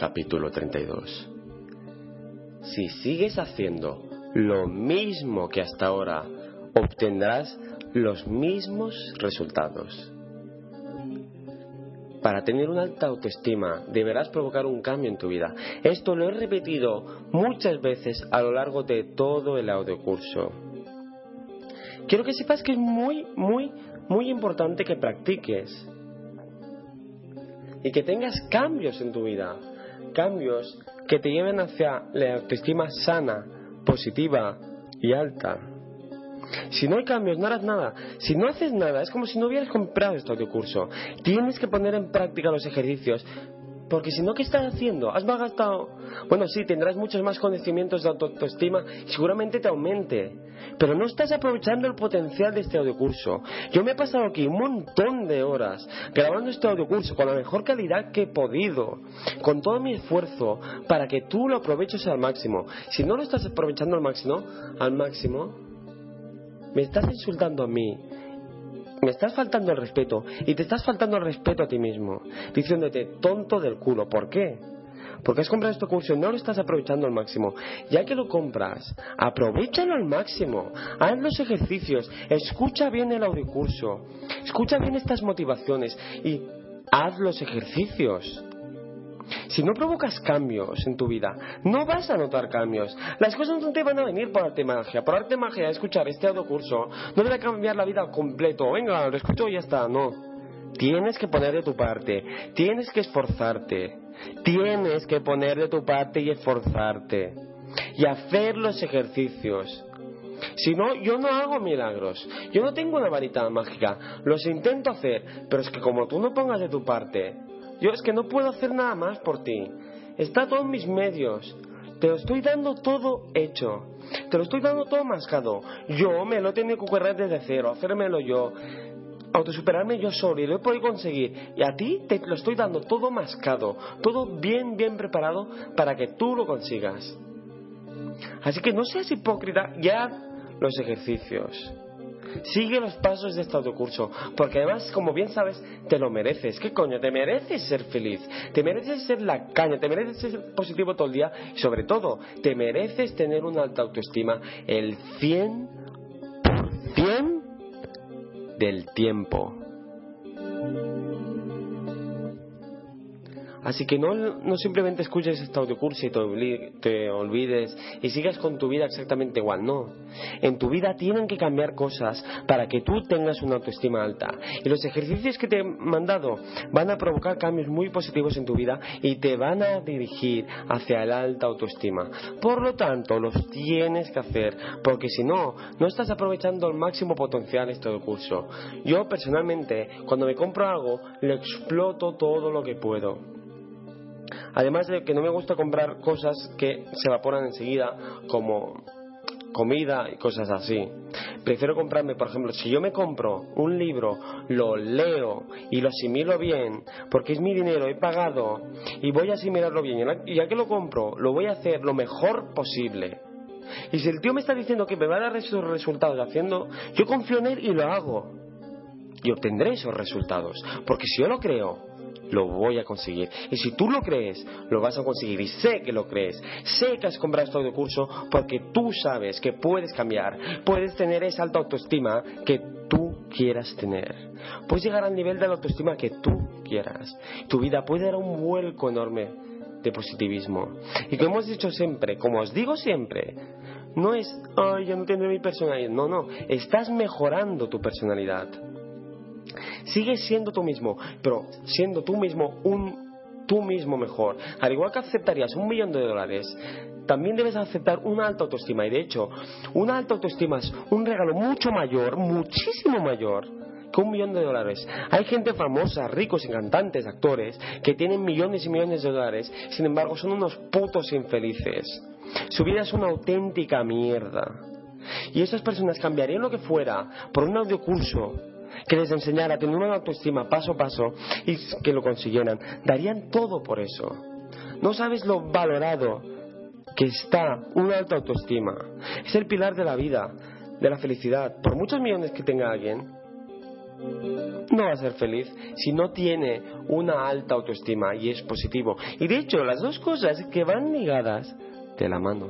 capítulo 32. Si sigues haciendo lo mismo que hasta ahora, obtendrás los mismos resultados. Para tener una alta autoestima, deberás provocar un cambio en tu vida. Esto lo he repetido muchas veces a lo largo de todo el audiocurso. Quiero que sepas que es muy importante que practiques y que tengas cambios en tu vida. Cambios que te lleven hacia la autoestima sana, positiva y alta. Si no hay cambios, no harás nada. Si no haces nada, es como si no hubieras comprado este audiocurso. Tienes que poner en práctica los ejercicios, porque si no, ¿qué estás haciendo? Has malgastado. Bueno, sí, tendrás muchos más conocimientos de autoestima y seguramente te aumente, pero no estás aprovechando el potencial de este audiocurso. Yo me he pasado aquí un montón de horas grabando este audiocurso con la mejor calidad que he podido, con todo mi esfuerzo, para que tú lo aproveches al máximo. Si no lo estás aprovechando al máximo, me estás insultando a mí, me estás faltando el respeto, y te estás faltando el respeto a ti mismo, diciéndote tonto del culo. ¿Por qué? Porque has comprado este curso y no lo estás aprovechando al máximo. Ya que lo compras, aprovéchalo al máximo, haz los ejercicios, escucha bien el audiocurso, escucha bien estas motivaciones y haz los ejercicios. Si no provocas cambios en tu vida, no vas a notar cambios. Las cosas no te van a venir por arte de magia. Por arte de magia, escuchar este audiocurso no te va a cambiar la vida completo. Venga, lo escucho y ya está. No. Tienes que poner de tu parte. Tienes que esforzarte. Tienes que poner de tu parte y esforzarte. Y hacer los ejercicios. Si no, yo no hago milagros. Yo no tengo una varita mágica. Los intento hacer, pero es que como tú no pongas de tu parte, yo es que no puedo hacer nada más por ti. Está todo en mis medios. Te lo estoy dando todo hecho. Te lo estoy dando todo mascado. Yo me lo he tenido que currar desde cero, hacérmelo yo, autosuperarme yo solo, y lo he podido conseguir. Y a ti te lo estoy dando todo mascado, todo bien preparado para que tú lo consigas. Así que no seas hipócrita y haz los ejercicios. Sigue los pasos de este audiocurso, porque además, como bien sabes, te lo mereces. ¿Qué coño? Te mereces ser feliz, te mereces ser la caña, te mereces ser positivo todo el día y sobre todo, te mereces tener una alta autoestima el 100% del tiempo. Así que no simplemente escuches este audiocurso y te olvides y sigas con tu vida exactamente igual. No, en tu vida tienen que cambiar cosas para que tú tengas una autoestima alta. Y los ejercicios que te he mandado van a provocar cambios muy positivos en tu vida y te van a dirigir hacia la alta autoestima. Por lo tanto, los tienes que hacer, porque si no, no estás aprovechando al máximo potencial este audiocurso. Yo personalmente, cuando me compro algo, lo exploto todo lo que puedo. Además de que no me gusta comprar cosas que se evaporan enseguida, como comida y cosas así. Prefiero comprarme, por ejemplo, si yo me compro un libro, lo leo y lo asimilo bien, porque es mi dinero, he pagado y voy a asimilarlo bien, y ya que lo compro, lo voy a hacer lo mejor posible. Y si el tío me está diciendo que me va a dar esos resultados haciendo, yo confío en él y lo hago. Y obtendré esos resultados, porque si yo lo creo, lo voy a conseguir. Y si tú lo crees, lo vas a conseguir. Y sé que lo crees. Sé que has comprado este audiocurso porque tú sabes que puedes cambiar. Puedes tener esa alta autoestima que tú quieras tener. Puedes llegar al nivel de la autoestima que tú quieras. Tu vida puede dar un vuelco enorme de positivismo. Y como hemos dicho siempre, como os digo siempre, no es, ay, yo no tendré mi personalidad. No. Estás mejorando tu personalidad. Sigues siendo tú mismo, pero siendo tú mismo tú mismo mejor. Al igual que aceptarías $1.000.000, también debes aceptar una alta autoestima. Y de hecho, una alta autoestima es un regalo mucho mayor, muchísimo mayor que $1.000.000. Hay gente famosa, ricos y cantantes, actores, que tienen millones y millones de dólares, sin embargo son unos putos infelices. Su vida es una auténtica mierda. Y esas personas cambiarían lo que fuera por un audiocurso que les enseñara a tener una autoestima paso a paso y que lo consiguieran. Darían todo por eso. No sabes lo valorado que está una alta autoestima. Es el pilar de la vida, de la felicidad. Por muchos millones que tenga alguien, no va a ser feliz si no tiene una alta autoestima y es positivo. Y de hecho, las dos cosas que van ligadas de la mano.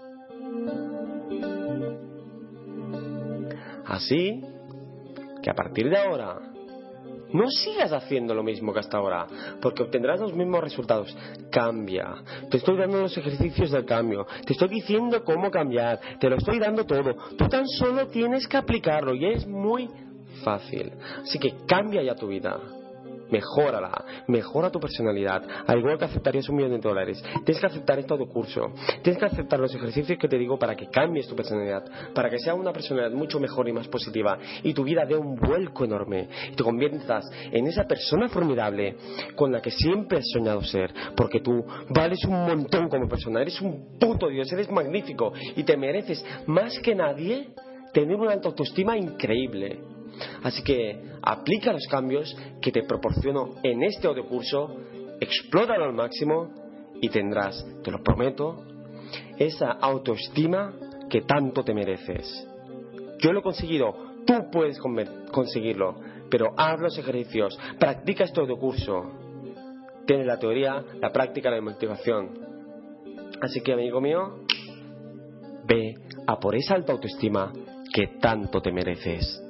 Así que a partir de ahora no sigas haciendo lo mismo que hasta ahora, porque obtendrás los mismos resultados. Cambia. Te estoy dando los ejercicios del cambio. Te estoy diciendo cómo cambiar. Te lo estoy dando todo. Tú tan solo tienes que aplicarlo y es muy fácil. Así que cambia ya tu vida. Mejórala, mejora tu personalidad. Al igual que aceptarías $1.000.000, tienes que aceptar este curso. Tienes que aceptar los ejercicios que te digo para que cambies tu personalidad, para que sea una personalidad mucho mejor y más positiva y tu vida dé un vuelco enorme y te conviertas en esa persona formidable con la que siempre has soñado ser, porque tú vales un montón como persona. Eres un puto Dios, eres magnífico y te mereces más que nadie tener una alta autoestima increíble. Así que aplica los cambios que te proporciono en este audiocurso, explótalo al máximo y tendrás, te lo prometo, esa autoestima que tanto te mereces. Yo lo he conseguido, tú puedes conseguirlo, pero haz los ejercicios, practica este audiocurso. Tienes la teoría, la práctica, la motivación. Así que, amigo mío, ve a por esa alta autoestima que tanto te mereces.